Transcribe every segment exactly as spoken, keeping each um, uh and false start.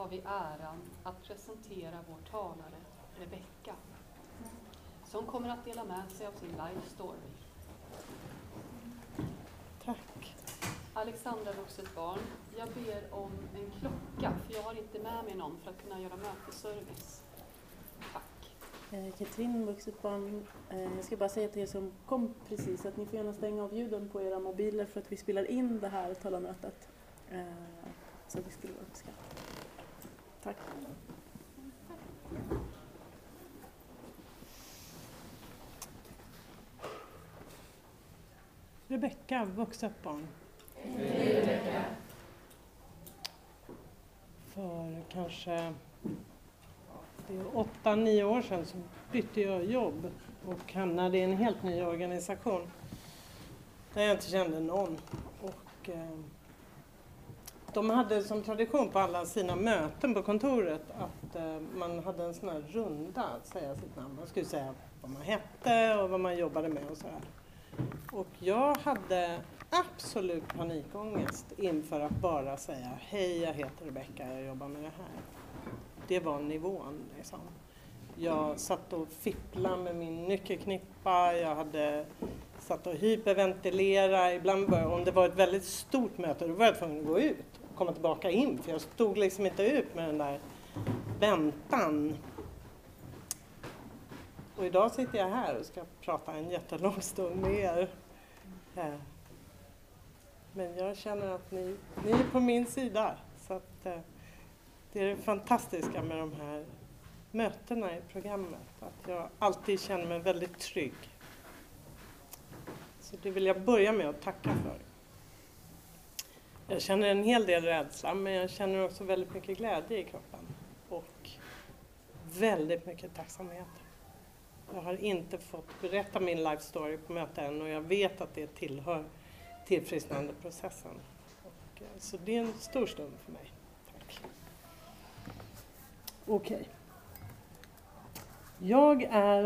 har vi äran att presentera vår talare Rebecka, som kommer att dela med sig av sin life story. Tack. Alexandra, vuxet barn, jag ber om en klocka, för jag har inte med mig någon för att kunna göra mötesservice. Tack. Eh, Katrin, vuxet barn, eh, jag ska bara säga till er som kom precis att ni får gärna stänga av ljuden på era mobiler för att vi spelar in det här talarmötet. Eh, så det skulle vara uppskattat. Tack. Rebecka, vuxet barn. Hej Rebecka. För kanske det är åtta, nio år sedan så bytte jag jobb och hamnade i en helt ny organisation där jag inte kände någon. Och, eh, de hade som tradition på alla sina möten på kontoret att eh, man hade en sån här runda att säga sitt namn. Man skulle säga vad man hette och vad man jobbade med och så här. Och jag hade absolut panikångest inför att bara säga hej, jag heter Rebecka, jag jobbar med det här. Det var nivån liksom. Jag satt och fipplade med min nyckelknippa, jag hade satt och hyperventilera. Ibland var, om det var ett väldigt stort möte, då var jag tvungen att gå ut och komma tillbaka in. För jag stod liksom inte ut med den där väntan. Och idag sitter jag här och ska prata en jättelång stund med er. Men jag känner att ni, ni är på min sida. Så att, det är det fantastiska med de här mötena i programmet. Att jag alltid känner mig väldigt trygg. Så det vill jag börja med att tacka för. Jag känner en hel del rädsla, men jag känner också väldigt mycket glädje i kroppen. Och väldigt mycket tacksamhet. Jag har inte fått berätta min life story på möten och jag vet att det tillhör tillfrisknandeprocessen. Och, så det är en stor stund för mig. Tack. Okej. Okay. Jag är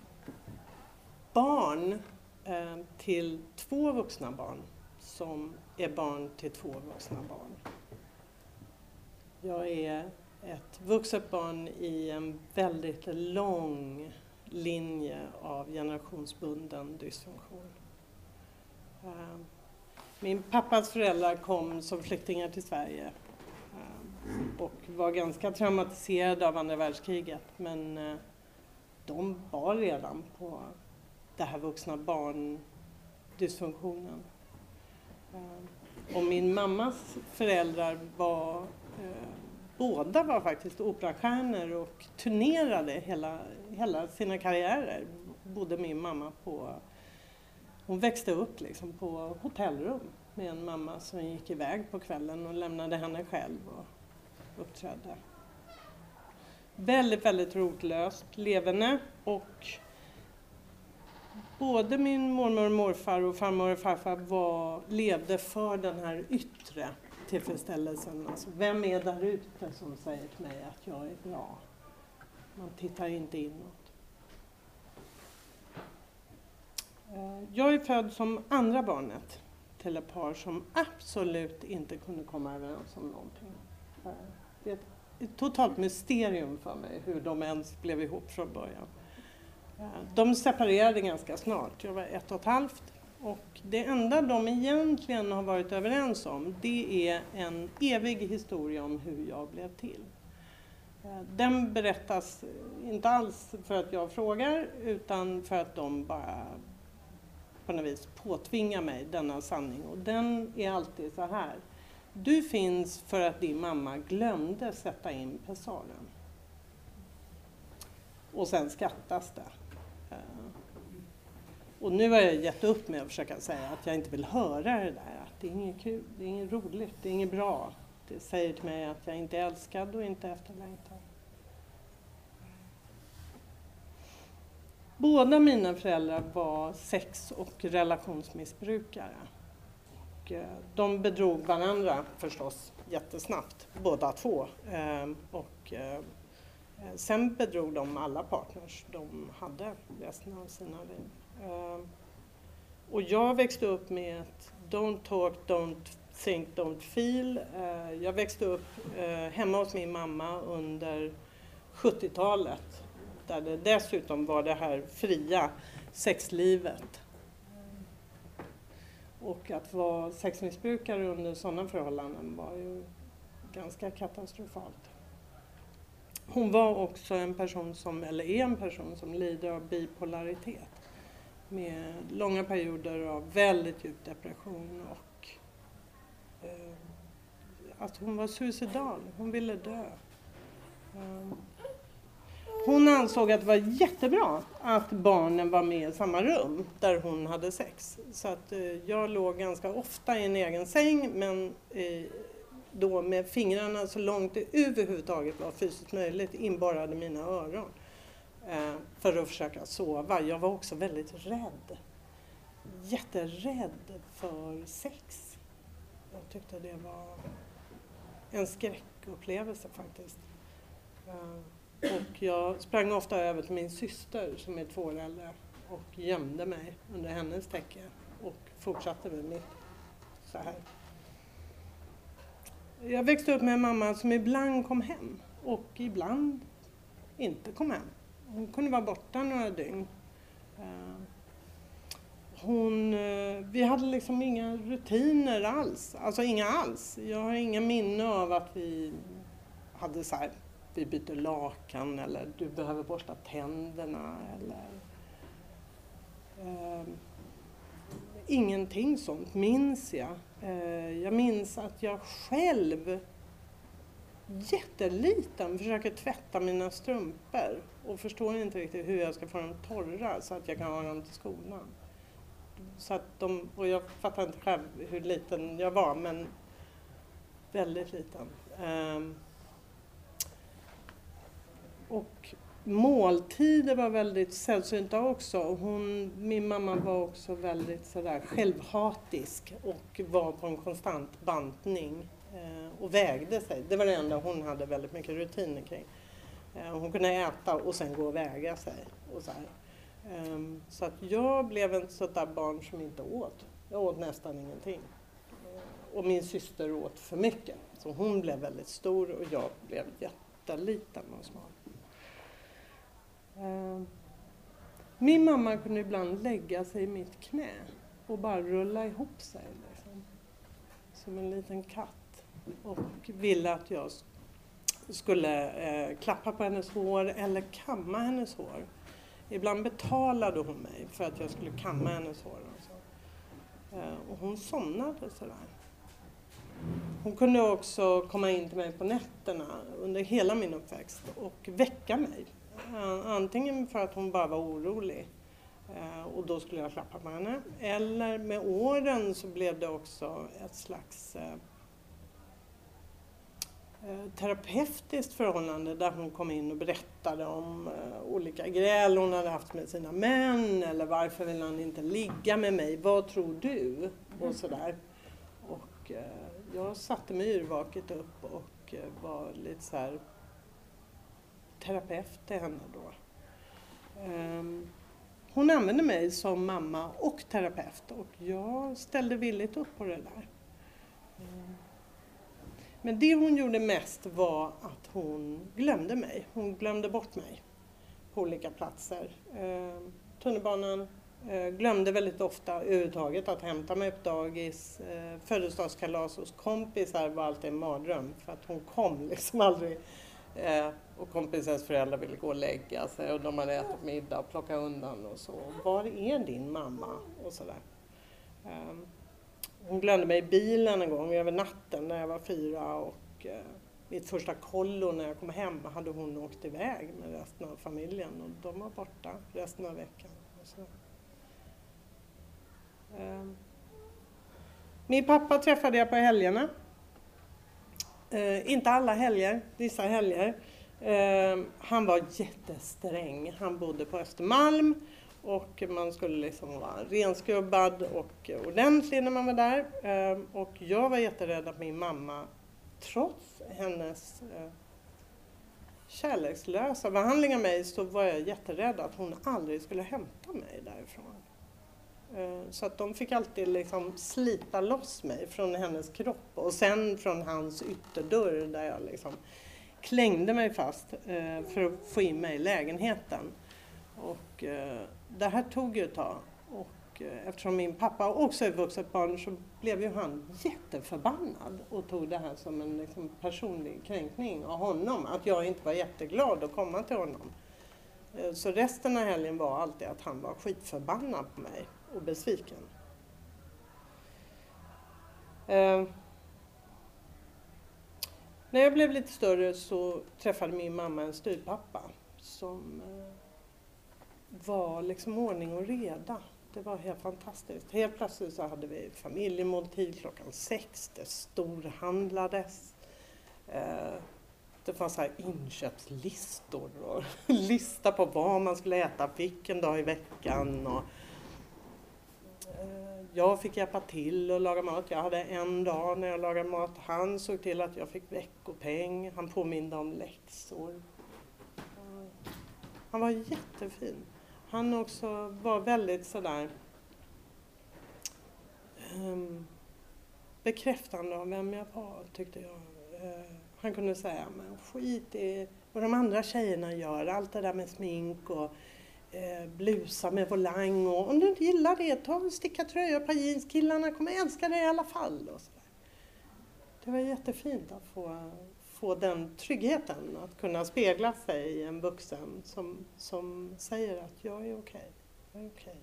barn eh, till två vuxna barn som är barn till två vuxna barn. Jag är ett vuxet barn i en väldigt lång linje av generationsbunden dysfunktion. Uh, min pappas föräldrar kom som flyktingar till Sverige uh, och var ganska traumatiserade av andra världskriget, men uh, de var redan på det här vuxna barn dysfunktionen. Uh, och min mammas föräldrar var uh, båda var faktiskt operastjärnor och turnerade hela, hela sina karriärer. Bodde min mamma på, hon växte upp liksom på hotellrum med en mamma som gick iväg på kvällen och lämnade henne själv och uppträdde. Väldigt, väldigt rotlöst levande, och både min mormor och morfar och farmor och farfar var, levde för den här yttre tillfredsställelsen. Alltså, vem är där ute som säger till mig att jag är bra? Man tittar inte inåt. Jag är född som andra barnet till ett par som absolut inte kunde komma överens om någonting. Det är ett totalt mysterium för mig hur de ens blev ihop från början. De separerade ganska snart. Jag var ett och ett halvt. Och det enda de egentligen har varit överens om, det är en evig historia om hur jag blev till. Den berättas inte alls för att jag frågar, utan för att de bara på något vis påtvingar mig denna sanning. Och den är alltid så här: du finns för att din mamma glömde sätta in pessaren. Och sen skrattas det. Och nu har jag gett upp med att försöka säga att jag inte vill höra det där. Att det är inget kul, det är inget roligt, det är inget bra. Det säger till mig att jag inte är älskad och inte efterlängtad. Båda mina föräldrar var sex- och relationsmissbrukare. Och de bedrog varandra förstås jättesnabbt, båda två. Och sen bedrog de alla partners de hade resten av sina liv. Och jag växte upp med ett don't talk, don't Think Don't Feel. Eh, jag växte upp eh, hemma hos min mamma under sjuttiotalet. Där det dessutom var det här fria sexlivet. Och att vara sexmissbrukare under sådana förhållanden var ju ganska katastrofalt. Hon var också en person som, eller är en person som lider av bipolaritet. Med långa perioder av väldigt djup depression och eh, att hon var suicidal, hon ville dö. Eh, hon ansåg att det var jättebra att barnen var med i samma rum där hon hade sex. Så att eh, jag låg ganska ofta i en egen säng, men eh, då med fingrarna så långt det överhuvudtaget var fysiskt möjligt inborrade mina öron. Eh, för att försöka sova. Jag var också väldigt rädd. Jätterädd för sex. Jag tyckte det var en skräckupplevelse faktiskt. Eh, och jag sprang ofta över till min syster som är två år äldre och gömde mig under hennes täcke och fortsatte med mitt så här. Jag växte upp med en mamma som ibland kom hem och ibland inte kom hem. Hon kunde vara borta några dygn. Hon, vi hade liksom inga rutiner alls. Alltså inga alls. Jag har inga minne av att vi hade så här, vi byter lakan eller du behöver borsta tänderna eller eh, ingenting sånt minns jag. Eh, jag minns att jag själv jätteliten försöker tvätta mina strumpor och förstår inte riktigt hur jag ska få dem torra så att jag kan ha dem till skolan. Så att de, och jag fattar inte själv hur liten jag var, men väldigt liten. Um, och måltider var väldigt sällsynta också. Hon, min mamma var också väldigt sådär självhatisk och var på en konstant bantning. Och vägde sig. Det var det enda hon hade väldigt mycket rutiner kring. Hon kunde äta och sen gå och väga sig. Och så här. Så att jag blev en sånt där barn som inte åt. Jag åt nästan ingenting. Och min syster åt för mycket. Så hon blev väldigt stor och jag blev jätteliten och smal. Min mamma kunde ibland lägga sig i mitt knä och bara rulla ihop sig. Liksom. Som en liten katt. Och ville att jag skulle eh, klappa på hennes hår eller kamma hennes hår. Ibland betalade hon mig för att jag skulle kamma hennes hår. Och, så. Eh, och hon somnade sådär. Hon kunde också komma in till mig på nätterna under hela min uppväxt och väcka mig. Eh, antingen för att hon bara var orolig eh, och då skulle jag klappa på henne. Eller med åren så blev det också ett slags eh, terapeutiskt förhållande där hon kom in och berättade om uh, olika gräl hon hade haft med sina män eller varför vill han inte ligga med mig, vad tror du? Och sådär. Och uh, jag satte mig yrvaket upp och uh, var lite så här terapeut till henne då. Um, hon använde mig som mamma och terapeut och jag ställde villigt upp på det där. Um, Men det hon gjorde mest var att hon glömde mig. Hon glömde bort mig på olika platser. Eh, tunnelbanan eh, glömde väldigt ofta överhuvudtaget att hämta mig på dagis. Eh, födelsedagskalas hos kompisar var alltid en mardröm för att hon kom liksom aldrig. Eh, och kompisens föräldrar ville gå och lägga sig och de hade ätit middag och plockat undan och så. Var är din mamma? Och sådär. Eh, Hon glömde mig i bilen en gång över natten när jag var fyra och eh, mitt första kollo när jag kom hem hade hon åkt iväg med resten av familjen och de var borta resten av veckan. Och så. Eh, min pappa träffade jag på helgerna. Eh, inte alla helger, vissa helger. Eh, han var jättesträng. Han bodde på Östermalm. Och man skulle liksom vara renskrubbad och ordentlig när man var där. Och jag var jätterädd att min mamma, trots hennes kärlekslösa behandling av mig, så var jag jätterädd att hon aldrig skulle hämta mig därifrån. Så att de fick alltid liksom slita loss mig från hennes kropp och sen från hans ytterdörr där jag liksom klängde mig fast för att få in mig i lägenheten. Och det här tog ju ett tag. Och eftersom min pappa också är vuxet barn så blev ju han jätteförbannad och tog det här som en liksom personlig kränkning av honom. Att jag inte var jätteglad att komma till honom. Så resten av helgen var alltid att han var skitförbannad på mig och besviken. Eh, när jag blev lite större så träffade min mamma en styvpappa som eh, var liksom ordning och reda. Det var helt fantastiskt. Helt plötsligt så hade vi familjemåltid klockan sex, det storhandlades. Eh, Det fanns så här inköpslistor och lista på vad man skulle äta vilken dag i veckan. Och jag fick hjälpa till och laga mat. Jag hade en dag när jag lagade mat. Han såg till att jag fick veckopeng. Han påminde om läxor. Han var jättefin. Han också var väldigt sådär um, bekräftande av vem jag var, tyckte jag. Uh, Han kunde säga, men skit i vad de andra tjejerna gör. Allt det där med smink och eh, blusa med volang. Och om du inte gillar det, ta en sticka tröja på jeans. Killarna kommer älska det i alla fall. Och så där. Det var jättefint att få, få den tryggheten. Att kunna spegla sig i en vuxen som, som säger att jag är okej. Jag är okej.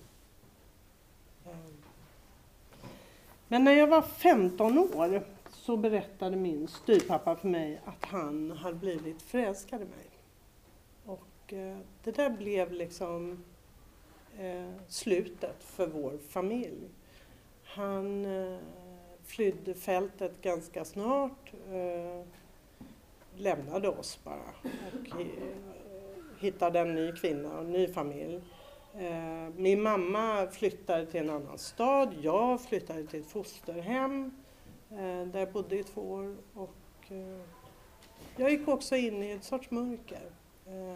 Um. Men när jag var femton år så berättade min styvpappa för mig att han hade blivit förälskad i mig. Och eh, det där blev liksom eh, slutet för vår familj. Han eh, flydde fältet ganska snart, eh, lämnade oss bara och eh, hittade en ny kvinna och en ny familj. Eh, min mamma flyttade till en annan stad, jag flyttade till ett fosterhem. Där jag bodde i två år och eh, jag gick också in i ett sorts mörker. Eh,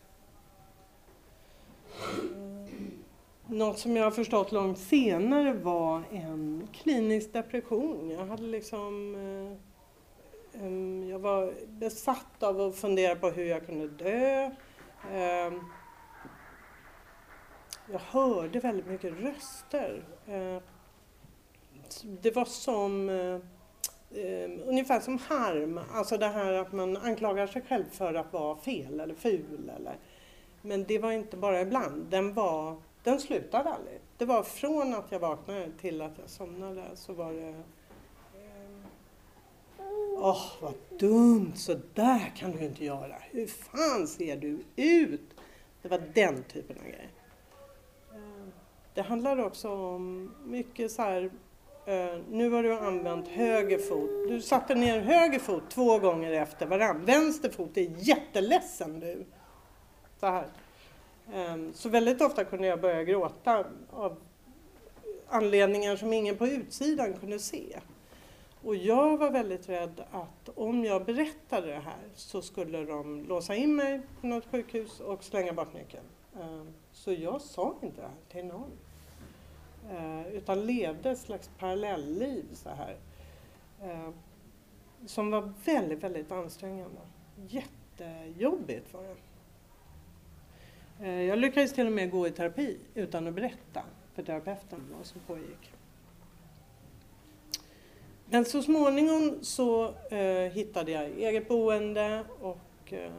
eh, något som jag har förstått långt senare var en klinisk depression. Jag hade liksom, eh, eh, jag var besatt av att fundera på hur jag kunde dö. Eh, jag hörde väldigt mycket röster. Eh, Det var som, eh, ungefär som harm, alltså det här att man anklagar sig själv för att vara fel eller ful. Eller. Men det var inte bara ibland, den, var, den slutade aldrig. Det var från att jag vaknade till att jag somnade så var det, åh eh, oh, vad dumt, så där kan du inte göra. Hur fan ser du ut? Det var den typen av grej. Eh, det handlade också om mycket så här, Uh, nu har du använt höger fot. Du satte ner höger fot två gånger efter varann. Vänster fot är jätteledsen du. Så här. Um, så väldigt ofta kunde jag börja gråta av anledningar som ingen på utsidan kunde se. Och jag var väldigt rädd att om jag berättade det här så skulle de låsa in mig på något sjukhus och slänga bort nyckeln. Um, så jag sa inte det här till någon. Uh, utan levde ett slags parallellliv så här. Uh, som var väldigt, väldigt ansträngande. Jättejobbigt var det. Uh, jag lyckades till och med gå i terapi utan att berätta för terapeuten vad som pågick. Men så småningom så uh, hittade jag eget boende och uh,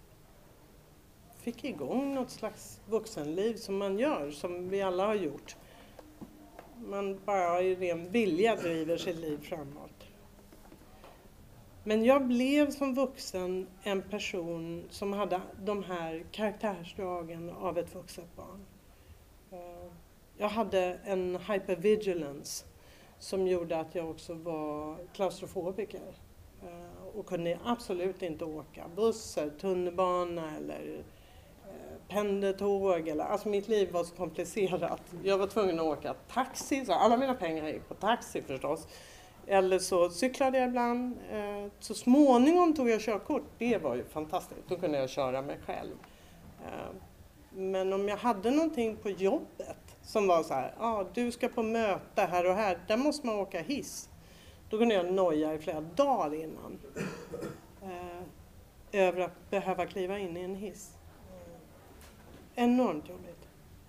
fick igång något slags vuxenliv som man gör, som vi alla har gjort. Man bara i ren vilja driver sitt liv framåt. Men jag blev som vuxen en person som hade de här karaktärsdragen av ett vuxet barn. Jag hade en hypervigilance som gjorde att jag också var klaustrofobiker. Och kunde absolut inte åka bussar, tunnelbana eller pendeltåg. Eller, alltså mitt liv var så komplicerat. Jag var tvungen att åka taxi, så alla mina pengar gick på taxi förstås. Eller så cyklade jag ibland. Så småningom tog jag körkort. Det var ju fantastiskt. Då kunde jag köra mig själv. Men om jag hade någonting på jobbet som var så här, ah, du ska på möte här och här, där måste man åka hiss. Då kunde jag noja i flera dagar innan. Eh, över att behöva kliva in i en hiss. Eh, enormt jobbigt.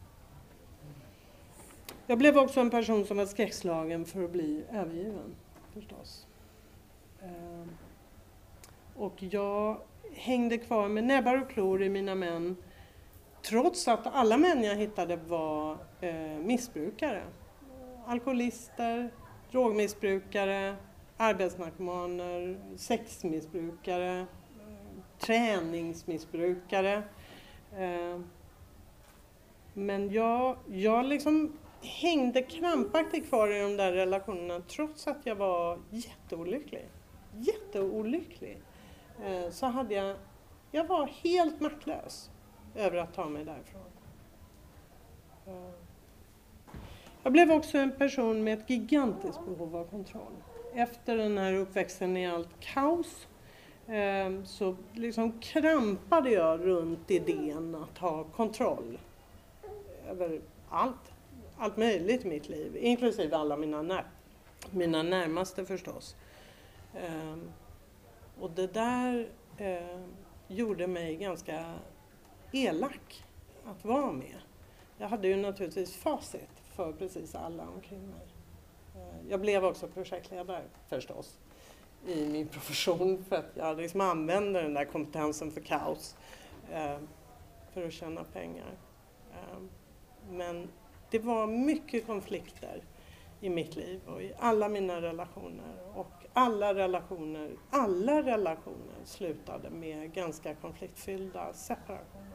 Jag blev också en person som var skräckslagen för att bli övergiven, förstås. Eh, och jag hängde kvar med näbbar och klor i mina män, trots att alla män jag hittade var eh, missbrukare. Alkoholister, drogmissbrukare, arbetsnarkomaner, sexmissbrukare, eh, träningsmissbrukare. Eh, men jag, jag liksom hängde krampaktigt kvar i de där relationerna trots att jag var jätteolycklig. Jätteolycklig. Eh, så hade jag, jag var helt maktlös över att ta mig därifrån. Eh. Jag blev också en person med ett gigantiskt behov av kontroll. Efter den här uppväxten i allt kaos eh, så liksom krampade jag runt idén att ha kontroll över allt. Allt möjligt i mitt liv, inklusive alla mina, när, mina närmaste förstås. Eh, och det där eh, gjorde mig ganska elak att vara med. Jag hade ju naturligtvis facit för precis alla omkring mig. Jag blev också projektledare förstås i min profession för att jag liksom använde den där kompetensen för kaos eh, för att tjäna pengar. Eh, men det var mycket konflikter i mitt liv och i alla mina relationer, och alla relationer, alla relationer slutade med ganska konfliktfyllda separationer.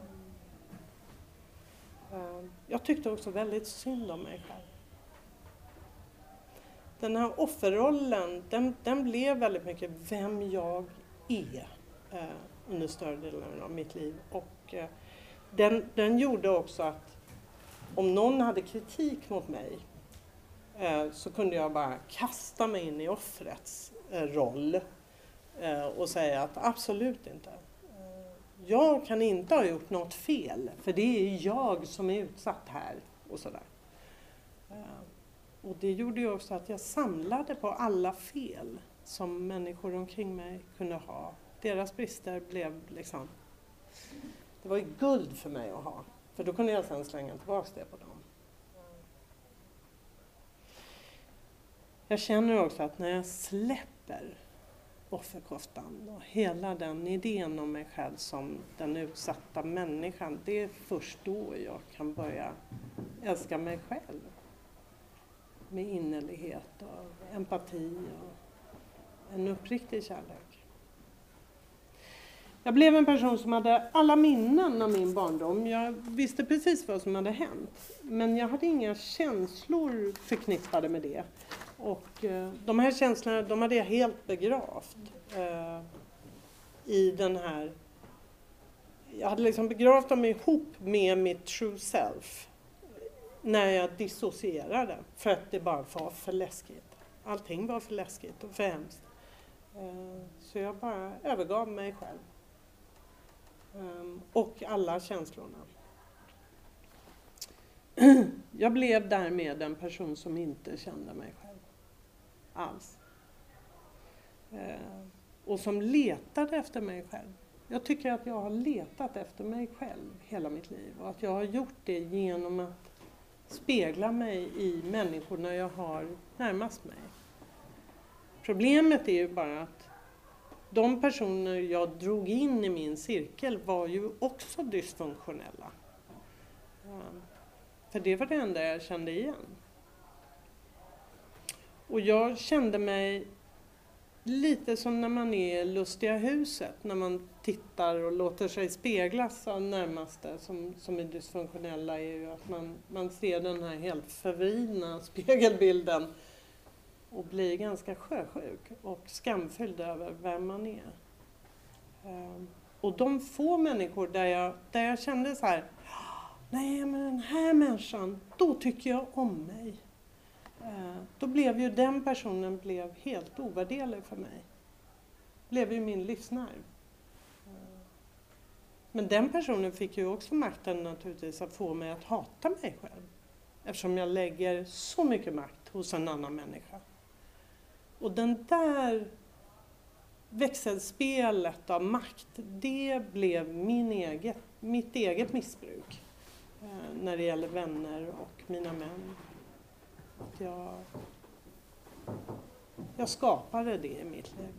Jag tyckte också väldigt synd om mig själv. Den här offerrollen, den, den blev väldigt mycket vem jag är eh, under större delen av mitt liv. Och eh, den, den gjorde också att om någon hade kritik mot mig eh, så kunde jag bara kasta mig in i offrets eh, roll eh, och säga att absolut inte. Jag kan inte ha gjort något fel, för det är jag som är utsatt här och sådär. Och det gjorde ju också att jag samlade på alla fel som människor omkring mig kunde ha. Deras brister blev liksom, det var ju guld för mig att ha, för då kunde jag sedan slänga tillbaka det på dem. Jag känner också att när jag släpper offerkoftan och hela den idén om mig själv som den utsatta människan, det är först då jag kan börja älska mig själv med innerlighet och empati och en uppriktig kärlek. Jag blev en person som hade alla minnen av min barndom. Jag visste precis vad som hade hänt, men jag hade inga känslor förknippade med det. Och eh, de här känslorna, de hade jag helt begravt eh, i den här... Jag hade liksom begravt dem ihop med mitt true self när jag dissocierade, för att det bara var för läskigt. Allting var för läskigt och för hemskt. Eh, så jag bara övergav mig själv. Eh, och alla känslorna. Jag blev därmed en person som inte kände mig själv alls. Eh, och som letade efter mig själv. Jag tycker att jag har letat efter mig själv hela mitt liv. Och att jag har gjort det genom att spegla mig i människorna jag har närmast mig. Problemet är ju bara att de personer jag drog in i min cirkel var ju också dysfunktionella. Ja. För det var det enda jag kände igen. Och jag kände mig lite som när man är i lustiga huset. När man tittar och låter sig speglas av närmaste som, som är dysfunktionella. Är ju att man, man ser den här helt förvridna spegelbilden. Och blir ganska sjösjuk och skamfylld över vem man är. Um, och de få människor där jag, där jag kände så här... Nej, men den här människan, då tycker jag om mig. Eh, då blev ju den personen blev helt ovärderlig för mig. Blev ju min livsnerv. Eh, men den personen fick ju också makten naturligtvis att få mig att hata mig själv. Eftersom jag lägger så mycket makt hos en annan människa. Och den där växelspelet av makt, det blev min eget, mitt eget missbruk. Eh, när det gäller vänner och mina män. Att jag, jag skapade det i mitt liv.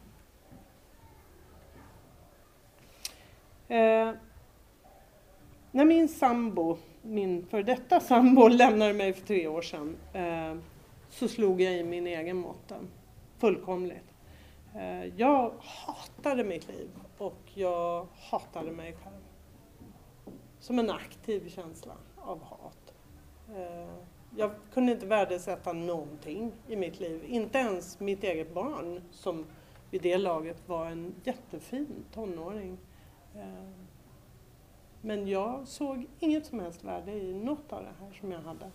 Eh, när min sambo, min för detta sambo lämnade mig för tre år sedan eh, så slog jag i min egen måtten. Fullkomligt. Eh, jag hatade mitt liv och jag hatade mig själv. Som en aktiv känsla av hat. Eh, jag kunde inte värdesätta någonting i mitt liv. Inte ens mitt eget barn som vid det laget var en jättefin tonåring. Eh, men jag såg inget som helst värde i något av det här som jag hade.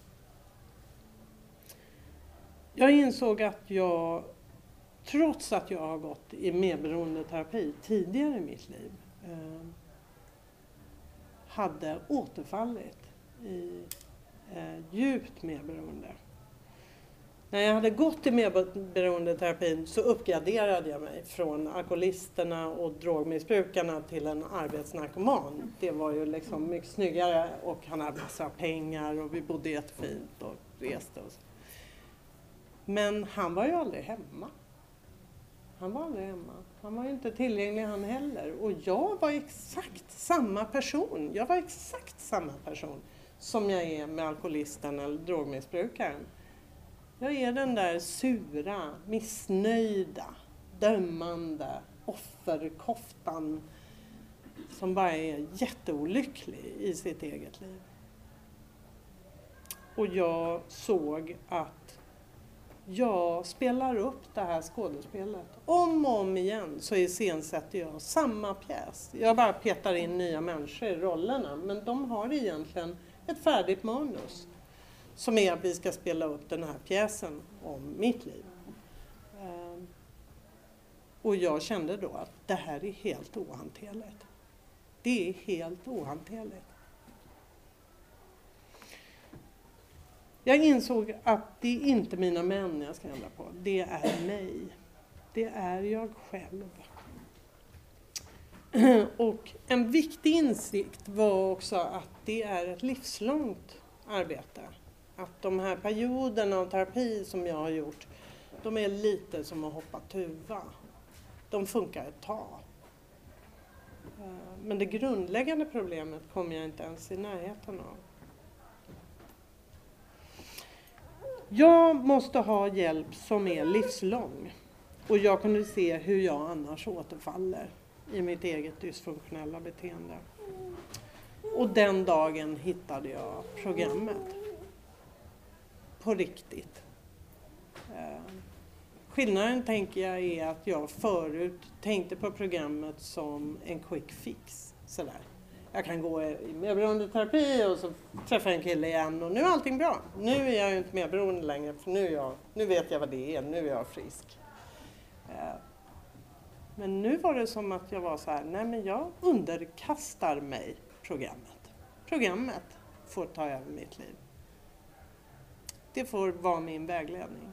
Jag insåg att jag, trots att jag har gått i medberoendeterapi tidigare i mitt liv, eh, hade återfallit i eh, djupt medberoende. När jag hade gått i medberoendeterapin så uppgraderade jag mig från alkoholisterna och drogmissbrukarna till en arbetsnarkoman. Det var ju liksom mycket snyggare och han hade massa pengar och vi bodde jättefint och reste och så. Men han var ju aldrig hemma. Han var aldrig hemma. Han var ju inte tillgänglig han heller. Och jag var exakt samma person. Jag var exakt samma person som jag är med alkoholisten eller drogmissbrukaren. Jag är den där sura, missnöjda, dömande offerkoftan som bara är jätteolycklig i sitt eget liv. Och jag såg att jag spelar upp det här skådespelet. Om och om igen så iscensätter jag samma pjäs. Jag bara petar in nya människor i rollerna, men de har egentligen ett färdigt manus. Som är att vi ska spela upp den här pjäsen om mitt liv. Och jag kände då att det här är helt ohanterligt. Det är helt ohanterligt. Jag insåg att det är inte mina män jag ska ändra på. Det är mig. Det är jag själv. Och en viktig insikt var också att det är ett livslångt arbete. Att de här perioderna av terapi som jag har gjort, de är lite som att hoppa tuva. De funkar ett tag. Men det grundläggande problemet kommer jag inte ens i närheten av. Jag måste ha hjälp som är livslång. Och jag kunde se hur jag annars återfaller i mitt eget dysfunktionella beteende. Och den dagen hittade jag programmet. På riktigt. Skillnaden tänker jag är att jag förut tänkte på programmet som en quick fix. Sådär. Jag kan gå i medberoendeterapi och så träffar jag en kille igen och nu är allting bra. Nu är jag ju inte medberoende längre för nu, är jag, nu vet jag vad det är, nu är jag frisk. Men nu var det som att jag var så här, nej men jag underkastar mig programmet. Programmet får ta över mitt liv. Det får vara min vägledning.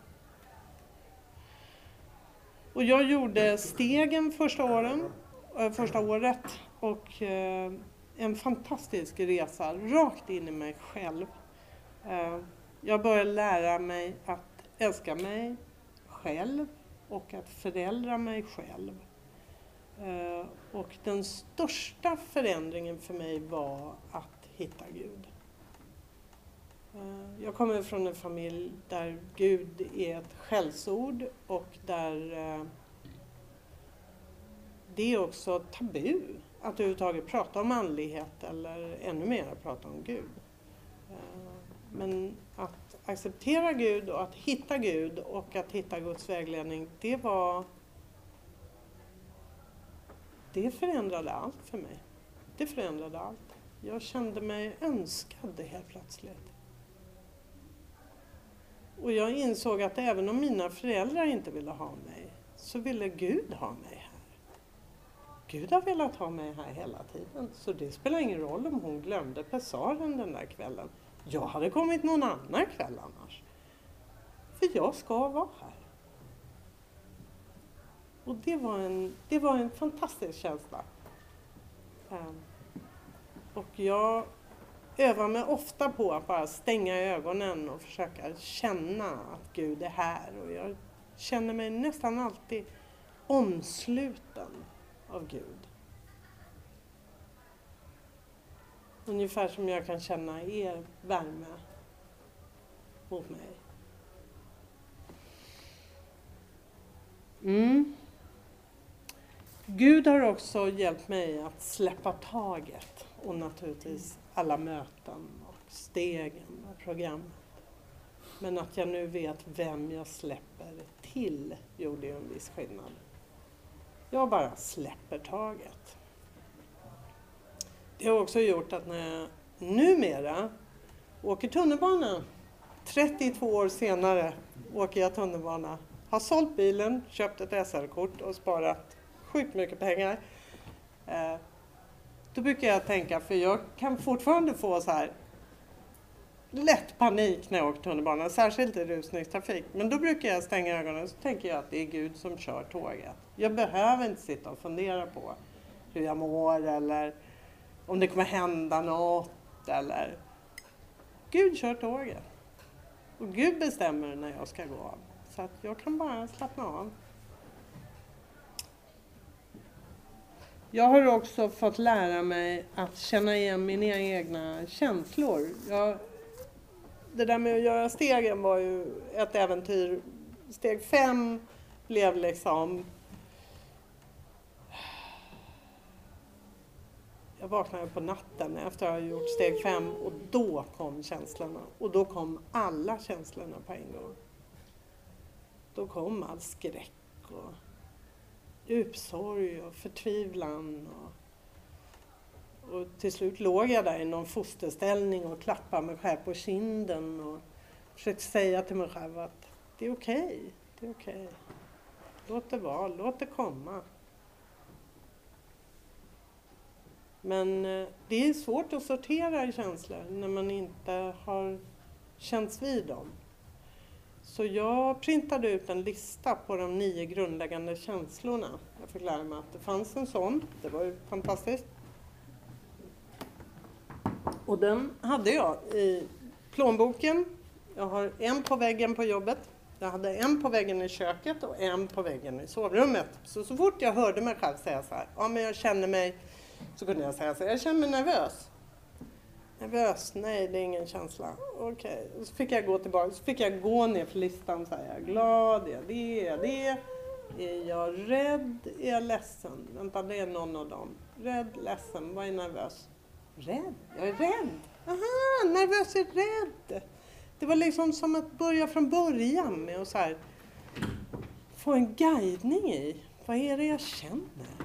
Och jag gjorde stegen första åren, första året och eh, en fantastisk resa rakt in i mig själv. Eh, jag började lära mig att älska mig själv och att föräldra mig själv. Eh, och den största förändringen för mig var att hitta Gud. Jag kommer från en familj där Gud är ett skällsord och där det är också tabu att överhuvudtaget prata om andlighet eller ännu mer prata om Gud. Men att acceptera Gud och att hitta Gud och att hitta Guds vägledning, det var... Det förändrade allt för mig. Det förändrade allt. Jag kände mig önskad helt plötsligt. Och jag insåg att även om mina föräldrar inte ville ha mig, så ville Gud ha mig här. Gud har velat ha mig här hela tiden. Så det spelar ingen roll om hon glömde pessaren den där kvällen. Jag hade kommit någon annan kväll annars. För jag ska vara här. Och det var en, det var en fantastisk känsla. Um, och jag övar mig ofta på att bara stänga ögonen och försöka känna att Gud är här. Och jag känner mig nästan alltid omsluten av Gud. Ungefär som jag kan känna er värme mot mig. Mm. Gud har också hjälpt mig att släppa taget och naturligtvis alla möten och stegen och programmet. Men att jag nu vet vem jag släpper till gjorde ju en viss skillnad. Jag bara släpper taget. Det har också gjort att när jag numera åker tunnelbana, trettiotvå år senare åker jag tunnelbana, har sålt bilen, köpt ett S L-kort och sparat sjukt mycket pengar. Eh, då brukar jag tänka, för jag kan fortfarande få så här lätt panik när jag åker tunnelbana, särskilt i rusningstrafik. Men då brukar jag stänga ögonen och så tänker jag att det är Gud som kör tåget. Jag behöver inte sitta och fundera på hur jag mår eller om det kommer hända något. Eller... Gud kör tåget. Och Gud bestämmer när jag ska gå av. Så att jag kan bara slappna av. Jag har också fått lära mig att känna igen mina egna känslor. Jag, det där med att göra stegen var ju ett äventyr. Steg fem blev liksom... Jag vaknade på natten efter att ha gjort steg fem och då kom känslorna. Och då kom alla känslorna på en gång. Då kom all skräck och djupsorg och förtvivlan. Och, och till slut låg jag där i någon fosterställning och klappade mig själv på kinden. Och försökte säga till mig själv att det är okej, okay, det är okej. Okay. Låt det vara, låt det komma. Men det är svårt att sortera känslor när man inte har känts vid dem. Så jag printade ut en lista på de nio grundläggande känslorna. Jag fick lära mig att det fanns en sån. Det var ju fantastiskt. Och den hade jag i plånboken. Jag har en på väggen på jobbet. Jag hade en på väggen i köket och en på väggen i sovrummet. Så så fort jag hörde mig själv säga så här, ja men jag känner mig, så kunde jag säga så här, jag känner mig nervös. Nervös? Nej, det är ingen känsla. Okej, okay. Så fick jag gå tillbaka, så fick jag gå ner för listan så här, jag är glad, är jag det, är jag det? Är jag rädd? Är jag ledsen? Vänta, det är någon av dem. Rädd, ledsen, vad är nervös? Rädd? Jag är rädd. Aha, nervös är rädd. Det var liksom som att börja från början med att så här, få en guidning i. Vad är det jag känner?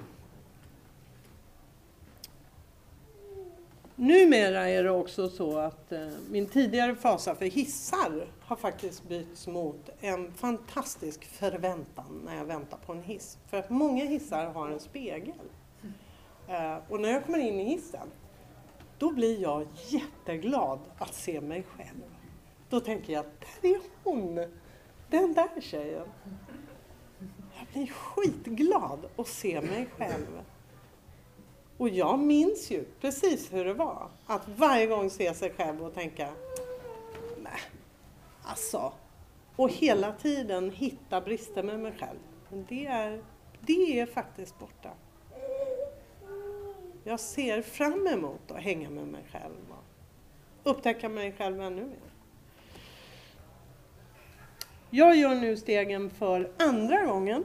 Numera är det också så att eh, min tidigare fasa för hissar har faktiskt bytts mot en fantastisk förväntan när jag väntar på en hiss. För att många hissar har en spegel. Eh, och när jag kommer in i hissen, då blir jag jätteglad att se mig själv. Då tänker jag, där är hon, den där tjejen. Jag blir skitglad att se mig själv. Och jag minns ju precis hur det var. Att varje gång se sig själv och tänka, nej, alltså. Och hela tiden hitta brister med mig själv. Men det är, det är faktiskt borta. Jag ser fram emot att hänga med mig själv och upptäcka mig själv ännu mer. Jag gör nu stegen för andra gången.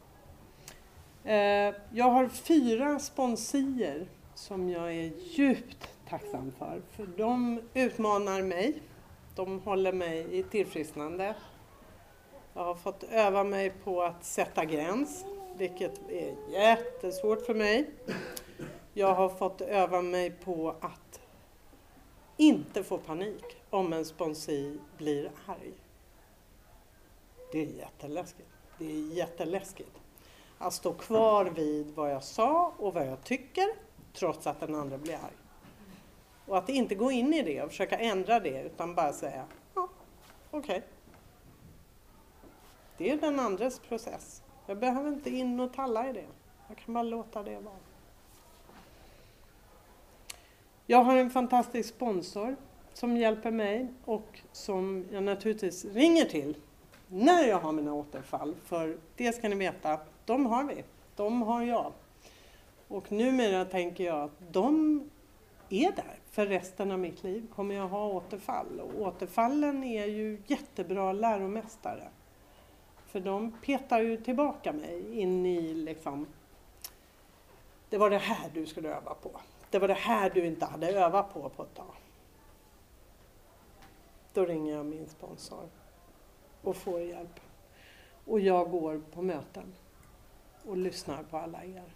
Jag har fyra sponsier som jag är djupt tacksam för. För de utmanar mig. De håller mig i tillfrisknande. Jag har fått öva mig på att sätta gräns, vilket är jättesvårt för mig. Jag har fått öva mig på att inte få panik om en sponsi blir arg. Det är jätteläskigt. Det är jätteläskigt. Att stå kvar vid vad jag sa och vad jag tycker, trots att den andra blir arg. Och att inte gå in i det och försöka ändra det utan bara säga, ja, okej. Okay. Det är den andres process. Jag behöver inte in och talla i det. Jag kan bara låta det vara. Jag har en fantastisk sponsor som hjälper mig och som jag naturligtvis ringer till när jag har mina återfall. För det ska ni veta, de har vi. De har jag. Och numera tänker jag att de är där. För resten av mitt liv kommer jag ha återfall. Och återfallen är ju jättebra läromästare. För de petar ju tillbaka mig in i liksom, det var det här du skulle öva på. Det var det här du inte hade övat på på ett tag. Då ringer jag min sponsor och får hjälp. Och jag går på möten och lyssnar på alla er.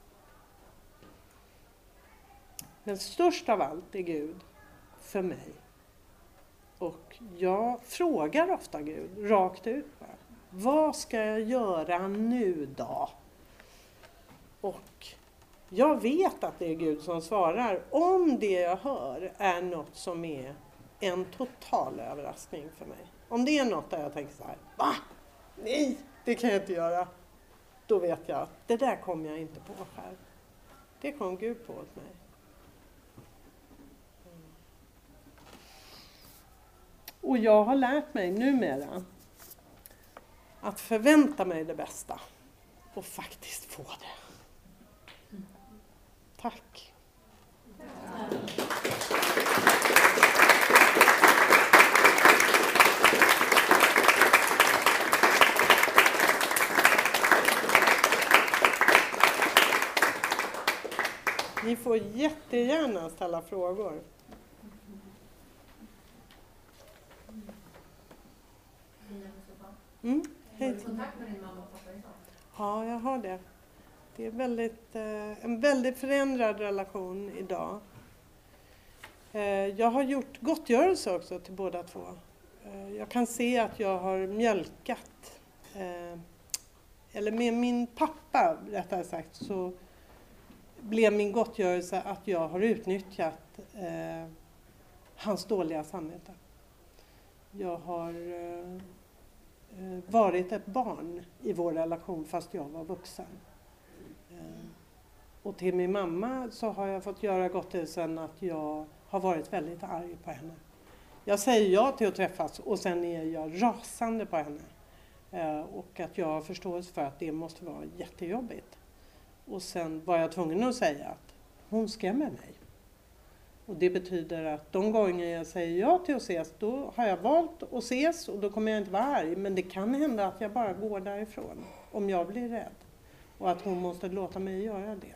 Men störst av allt är Gud för mig. Och jag frågar ofta Gud rakt ut. Vad ska jag göra nu då? Och jag vet att det är Gud som svarar om det jag hör är något som är en total överraskning för mig. Om det är något där jag tänker så här, va? Nej, det kan jag inte göra. Då vet jag att det där kommer jag inte på själv. Det kom Gud på åt mig. Och jag har lärt mig numera att förvänta mig det bästa och faktiskt få det. Tack. Ni får jättegärna ställa frågor. Mm. Har du kontakt med din mamma och pappa idag? Ja, jag har det. Det är väldigt, eh, en väldigt förändrad relation idag. Eh, jag har gjort gottgörelse också till båda två. Eh, jag kan se att jag har mjölkat. Eh, eller med min pappa, rättare sagt, så blev min gottgörelse att jag har utnyttjat eh, hans dåliga samvete. Jag har eh, varit ett barn i vår relation fast jag var vuxen. Eh, och till min mamma så har jag fått göra gottgörelsen att jag har varit väldigt arg på henne. Jag säger ja till att träffas och sen är jag rasande på henne. Eh, och att jag har förståelse för att det måste vara jättejobbigt. Och sen var jag tvungen att säga att hon skrämmer mig. Och det betyder att de gånger jag säger ja till att ses, då har jag valt att ses och då kommer jag inte vara arg. Men det kan hända att jag bara går därifrån om jag blir rädd. Och att hon måste låta mig göra det.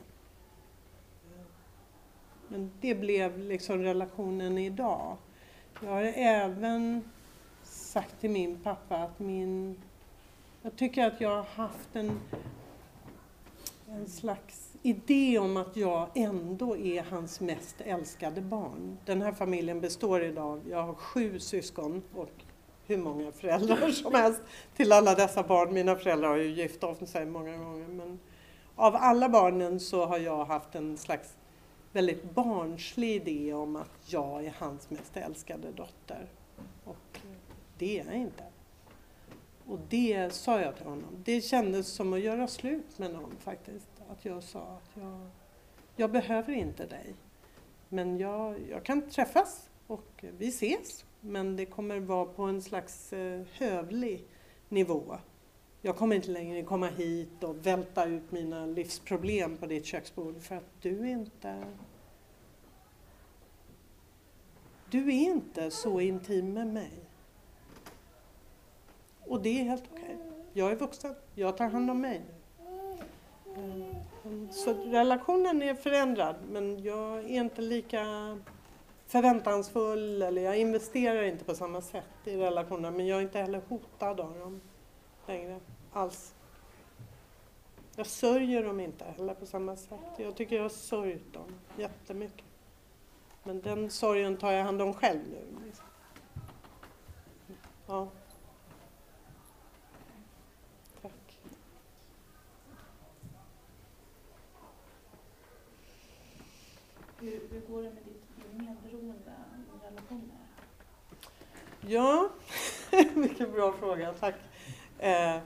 Men det blev liksom relationen idag. Jag har även sagt till min pappa att min... Jag tycker att jag har haft en... en slags idé om att jag ändå är hans mest älskade barn. Den här familjen består idag, jag har sju syskon och hur många föräldrar som helst till alla dessa barn. Mina föräldrar har ju gift om sig många gånger. Men av alla barnen så har jag haft en slags väldigt barnslig idé om att jag är hans mest älskade dotter. Och det är jag inte. Och det sa jag till honom. Det kändes som att göra slut med någon faktiskt. Att jag sa att jag, jag behöver inte dig. Men jag, jag kan träffas och vi ses. Men det kommer vara på en slags eh, hövlig nivå. Jag kommer inte längre komma hit och välta ut mina livsproblem på ditt köksbord. För att du är inte... Du är inte så intim med mig. Och det är helt okej. Jag är vuxen. Jag tar hand om mig nu. Så relationen är förändrad. Men jag är inte lika förväntansfull. Eller jag investerar inte på samma sätt i relationen. Men jag är inte heller hotad av dem längre. Alls. Jag sörjer dem inte heller på samma sätt. Jag tycker jag har sörjt dem jättemycket. Men den sorgen tar jag hand om själv nu. Liksom. Ja. Tack. Hur, hur går det med ditt medberoende i relationer? Ja, vilken bra fråga, tack. Eh,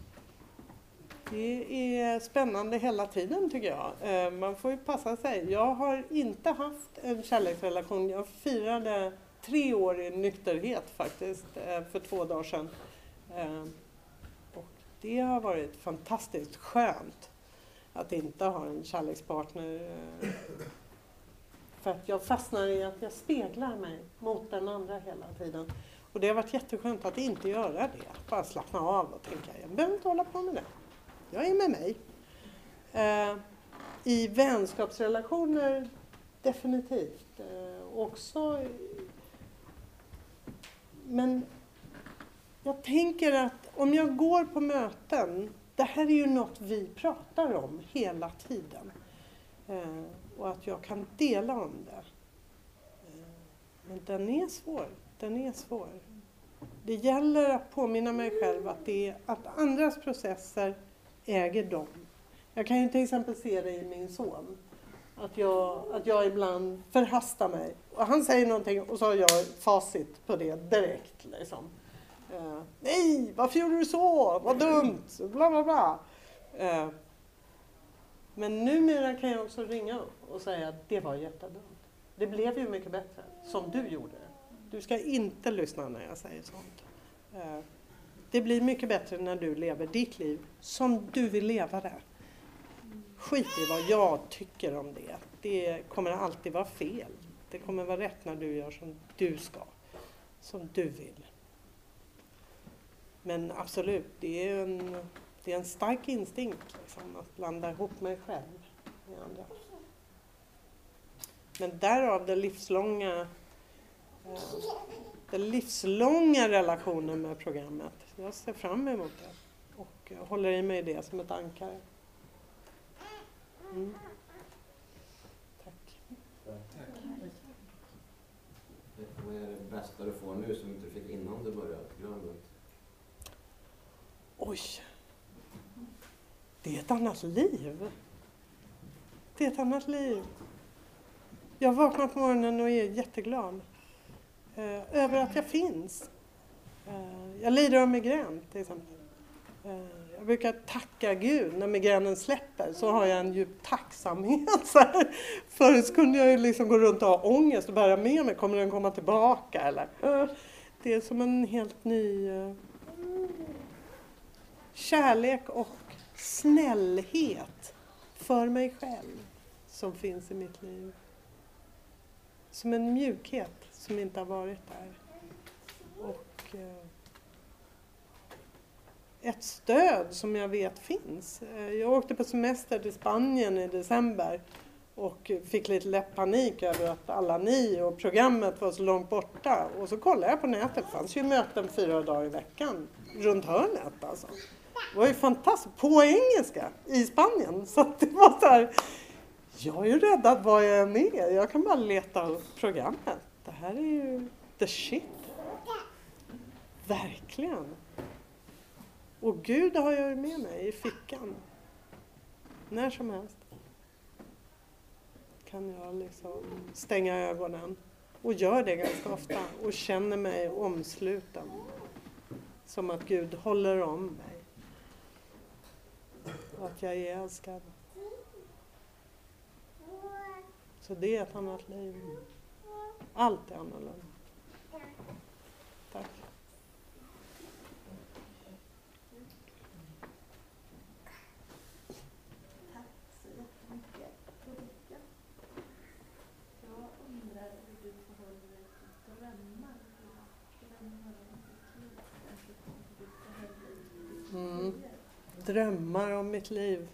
det är spännande hela tiden tycker jag. Eh, man får ju passa sig. Jag har inte haft en kärleksrelation. Jag firade tre år i nykterhet faktiskt eh, för två dagar sedan. Eh, och det har varit fantastiskt skönt att inte ha en kärlekspartner. Eh, för att jag fastnar i att jag speglar mig mot den andra hela tiden. Och det har varit jätteskönt att inte göra det. Bara slappna av och tänka, jag behöver inte hålla på med det. Jag är med mig. Eh, I vänskapsrelationer definitivt. Eh, också. Men jag tänker att om jag går på möten, det här är ju något vi pratar om hela tiden. Eh, och att jag kan dela om det. Eh, men den är svår. Den är svår. Det gäller att påminna mig själv att, det är, att andras processer äger dem. Jag kan ju till exempel se det i min son. Att jag, att jag ibland förhastar mig. Och han säger någonting och så har jag facit på det direkt. Liksom. Eh, Nej, varför gjorde du så? Vad dumt! Bla bla bla. Eh, men numera kan jag också ringa upp och säga att det var jättedumt. Det blev ju mycket bättre som du gjorde. Du ska inte lyssna när jag säger sånt. Det blir mycket bättre när du lever ditt liv som du vill leva det. Skit i vad jag tycker om det. Det kommer alltid vara fel. Det kommer vara rätt när du gör som du ska. Som du vill. Men absolut, det är en, det är en stark instinkt liksom, att blanda ihop mig själv med andra. Men därav det livslånga Den livslånga relationen med programmet. Jag ser fram emot det och håller i mig det som ett ankare. Mm. Tack. Tack. Vad är det bästa du får nu som du inte fick innan du började programmet? Oj. Det är ett annat liv. Det är ett annat liv. Jag vaknar på morgonen och är jätteglad. Eh, över att jag finns. Eh, jag lider av migrän till exempel. Eh, jag brukar tacka Gud när migränen släpper, så har jag en djup tacksamhet. Så här. Förut kunde jag ju liksom gå runt och ha ångest och bära med mig, kommer den komma tillbaka? Eller? Eh, det är som en helt ny eh, kärlek och snällhet för mig själv som finns i mitt liv. Som en mjukhet som inte har varit där. Och eh, ett stöd som jag vet finns. Eh, jag åkte på semester till Spanien i december och fick lite lätt panik över att alla ni och programmet var så långt borta. Och så kollade jag på nätet, det fanns ju möten fyra dagar i veckan runt hörnet alltså. Det var ju fantastiskt, på engelska i Spanien. Så att det var så här, jag är ju räddad vad jag än är. Jag kan bara leta upp programmet. Det här är ju the shit. Verkligen. Och Gud har jag ju med mig i fickan. När som helst. Kan jag liksom stänga ögonen. Och gör det ganska ofta. Och känner mig omsluten. Som att Gud håller om mig. Och att jag är älskad. Så det är ett annat liv. Allt är annorlunda. Tack. Tack så jättemycket, Ulrika. Jag undrar hur du förhåller dig till drömmar. Drömmar om ditt liv. Hur du förhåller dig till Mm. Drömmar om mitt liv.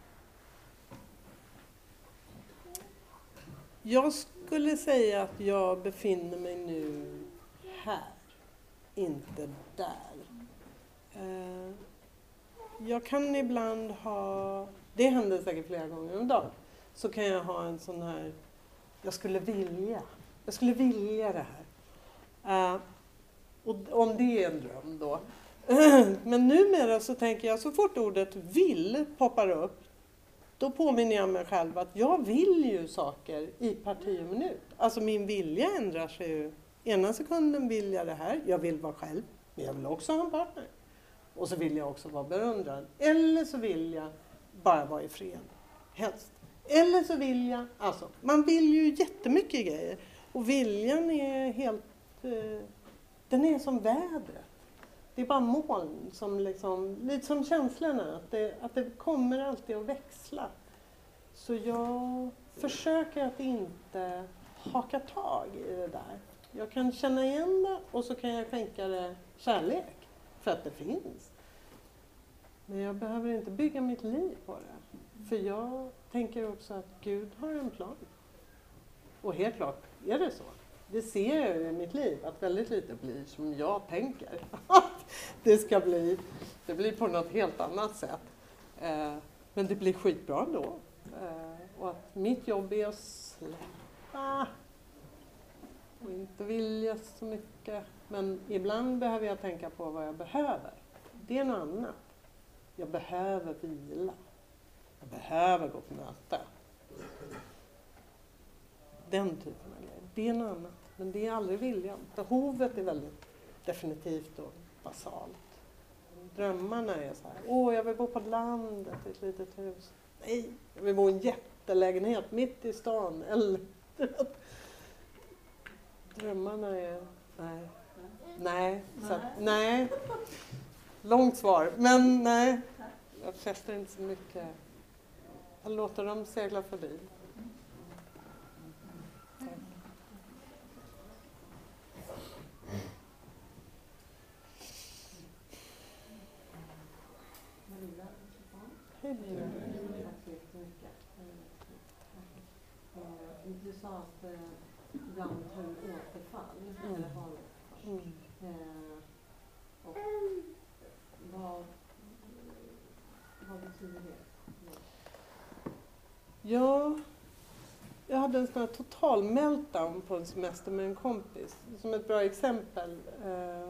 Jag skulle säga att jag befinner mig nu här, inte där. Eh, jag kan ibland ha, det händer säkert flera gånger om dagen, så kan jag ha en sån här, jag skulle vilja, jag skulle vilja det här. Eh, och om det är en dröm då. Men numera så tänker jag, så fort ordet vill poppar upp, då påminner jag mig själv att jag vill ju saker i parti och minut. Alltså min vilja ändrar sig ju. Ena sekunden vill jag det här, jag vill vara själv, men jag vill också ha en partner. Och så vill jag också vara beundrad. Eller så vill jag bara vara i fred, helst. Eller så vill jag, alltså man vill ju jättemycket grejer. Och viljan är helt, eh, den är som vädret. Det är bara moln som liksom, lite som känslorna, att det, att det kommer alltid att växla. Så jag försöker att inte haka tag i det där. Jag kan känna igen det och så kan jag skänka det kärlek för att det finns. Men jag behöver inte bygga mitt liv på det. För jag tänker också att Gud har en plan. Och helt klart är det så. Det ser jag i mitt liv, att väldigt lite blir som jag tänker. Det ska bli, det blir på något helt annat sätt. Eh, men det blir skitbra ändå. Eh, och att mitt jobb är att släppa. Och inte vilja så mycket. Men ibland behöver jag tänka på vad jag behöver. Det är något annat. Jag behöver vila. Jag behöver gå på möte. Den typen av grejer. Det är något annat. Men det är aldrig viljan. Behovet är väldigt definitivt och basalt. Drömmarna är så här. Åh, jag vill bo på landet i ett litet hus. Nej, jag vill bo i en jättelägenhet mitt i stan. Eller... Drömmarna är... Nej. Nej. Så att, nej. Långt svar. Men nej. Jag fäster inte så mycket. Jag låter dem segla förbi. Tack så jättemycket. Du sa att Jan har återfall, Mm. eller har återfall. Mm. Eh, och vad, vad betyder det? Ja, jag hade en sån här total meltdown på en semester med en kompis. Som ett bra exempel. Eh,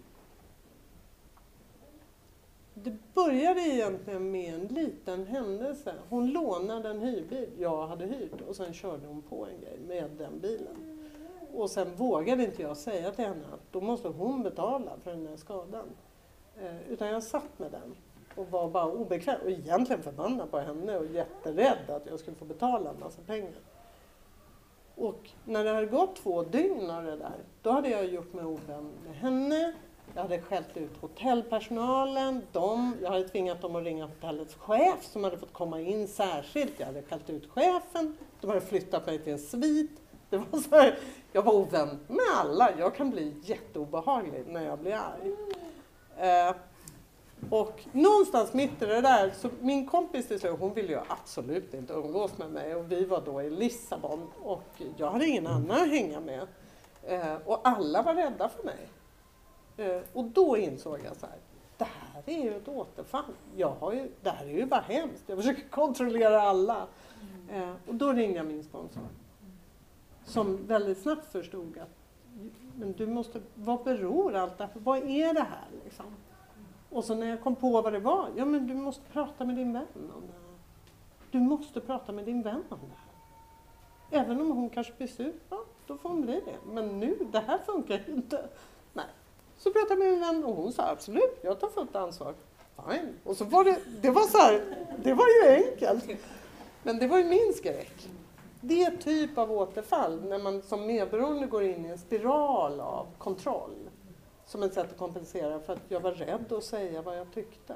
Det började egentligen med en liten händelse. Hon lånade en hyrbil jag hade hyrt och sen körde hon på en grej med den bilen. Och sen vågade inte jag säga till henne att då måste hon betala för den här skadan. Eh, utan jag satt med den och var bara obekväm och egentligen förbannad på henne och jätterädd att jag skulle få betala en massa pengar. Och när det hade gått två dygn av det där, då hade jag gjort mig ovän med henne. Jag hade skällt ut hotellpersonalen, de, jag hade tvingat dem att ringa hotellets chef som hade fått komma in särskilt. Jag hade skällt ut chefen, de hade flyttat mig till en svit. Det var så här, jag var ovän med alla, jag kan bli jätteobehaglig när jag blir arg. Eh, och någonstans mitt i det där, så min kompis till slut, hon ville ju absolut inte umgås med mig och vi var då i Lissabon och jag hade ingen annan att hänga med. Eh, och alla var rädda för mig. Uh, och då insåg jag så här, det här är ju ett återfall. Jag har ju, det här är ju bara hemskt. Jag försöker kontrollera alla. Uh, och då ringde jag min sponsor. Som väldigt snabbt förstod att men du måste, vad beror allt det här? Vad är det här liksom? Och så när jag kom på vad det var, ja men du måste prata med din vän om det här. Du måste prata med din vän om det här. Även om hon kanske blir sur, ja då får hon bli det. Men nu, det här funkar inte. Nej. Så pratade jag med min vän och hon sa absolut, jag tar fullt ansvar. Fine. Och så var det, det var så här, det var ju enkelt. Men det var ju min skräck. Det är typ av återfall när man som medberoende går in i en spiral av kontroll. Som ett sätt att kompensera för att jag var rädd att säga vad jag tyckte.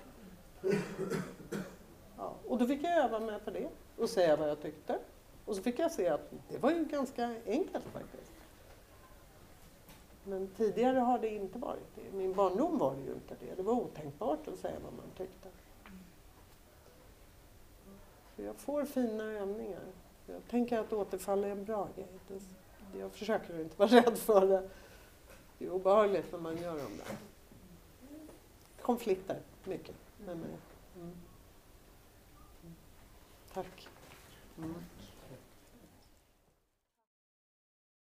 Ja, och då fick jag öva mig på det och säga vad jag tyckte. Och så fick jag se att det var ju ganska enkelt faktiskt. Men tidigare har det inte varit det. Min barndom var det ju inte det. Det var otänkbart att säga vad man tyckte. Så jag får fina övningar. Jag tänker att återfall är en bra grej. Jag försöker inte vara rädd för det. Det är obehagligt när man gör dem där. Konflikter, mycket med mig. Mm. Tack. Mm.